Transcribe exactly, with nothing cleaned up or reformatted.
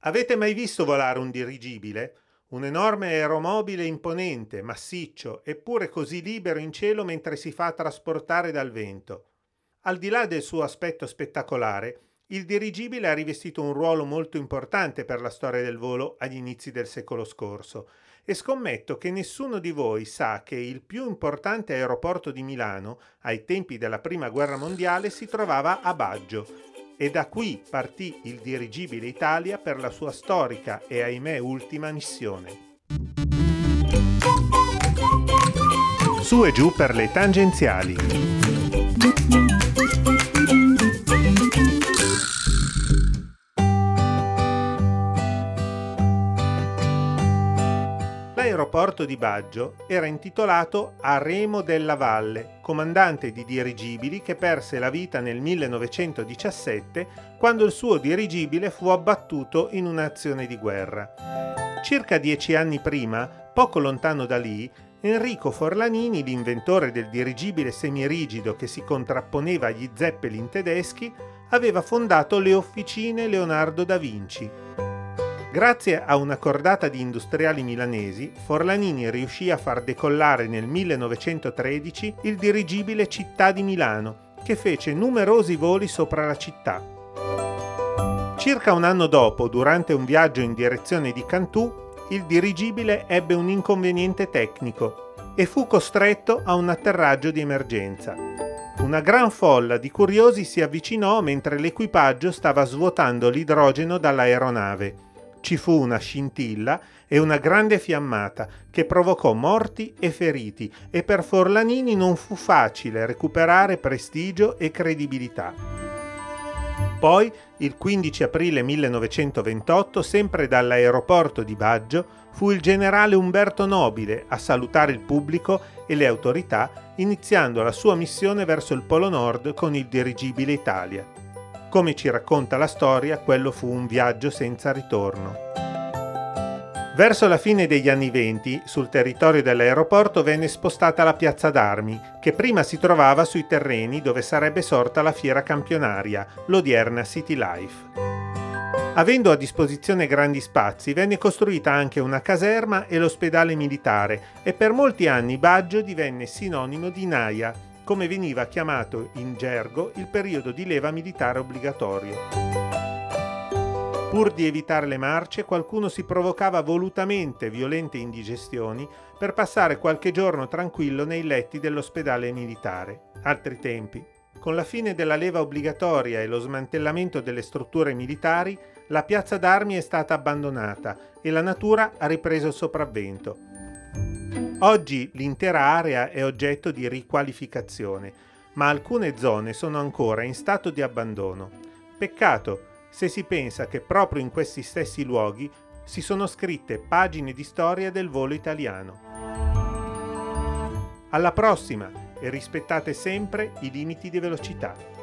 Avete mai visto volare un dirigibile? Un enorme aeromobile imponente, massiccio, eppure così libero in cielo mentre si fa trasportare dal vento. Al di là del suo aspetto spettacolare, il dirigibile ha rivestito un ruolo molto importante per la storia del volo agli inizi del secolo scorso e scommetto che nessuno di voi sa che il più importante aeroporto di Milano, ai tempi della Prima Guerra Mondiale, si trovava a Baggio. E da qui partì il dirigibile Italia per la sua storica e ahimè ultima missione. Su e giù per le tangenziali. L'aeroporto di Baggio era intitolato a Remo della Valle, comandante di dirigibili che perse la vita nel millenovecentodiciassette quando il suo dirigibile fu abbattuto in un'azione di guerra. Circa dieci anni prima, poco lontano da lì, Enrico Forlanini, l'inventore del dirigibile semirigido che si contrapponeva agli Zeppelin tedeschi, aveva fondato le Officine Leonardo da Vinci. Grazie a una cordata di industriali milanesi, Forlanini riuscì a far decollare nel millenovecentotredici il dirigibile Città di Milano, che fece numerosi voli sopra la città. Circa un anno dopo, durante un viaggio in direzione di Cantù, il dirigibile ebbe un inconveniente tecnico e fu costretto a un atterraggio di emergenza. Una gran folla di curiosi si avvicinò mentre l'equipaggio stava svuotando l'idrogeno dall'aeronave. Ci fu una scintilla e una grande fiammata che provocò morti e feriti e per Forlanini non fu facile recuperare prestigio e credibilità. Poi, il quindici aprile millenovecentoventotto, sempre dall'aeroporto di Baggio, fu il generale Umberto Nobile a salutare il pubblico e le autorità, iniziando la sua missione verso il Polo Nord con il dirigibile Italia. Come ci racconta la storia, quello fu un viaggio senza ritorno. Verso la fine degli anni venti, sul territorio dell'aeroporto venne spostata la piazza d'armi, che prima si trovava sui terreni dove sarebbe sorta la fiera campionaria, l'odierna City Life. Avendo a disposizione grandi spazi, venne costruita anche una caserma e l'ospedale militare e per molti anni Baggio divenne sinonimo di Naia, come veniva chiamato in gergo il periodo di leva militare obbligatorio. Pur di evitare le marce, qualcuno si provocava volutamente violente indigestioni per passare qualche giorno tranquillo nei letti dell'ospedale militare. Altri tempi. Con la fine della leva obbligatoria e lo smantellamento delle strutture militari, la piazza d'armi è stata abbandonata e la natura ha ripreso il sopravvento. Oggi l'intera area è oggetto di riqualificazione, ma alcune zone sono ancora in stato di abbandono. Peccato se si pensa che proprio in questi stessi luoghi si sono scritte pagine di storia del volo italiano. Alla prossima e rispettate sempre i limiti di velocità.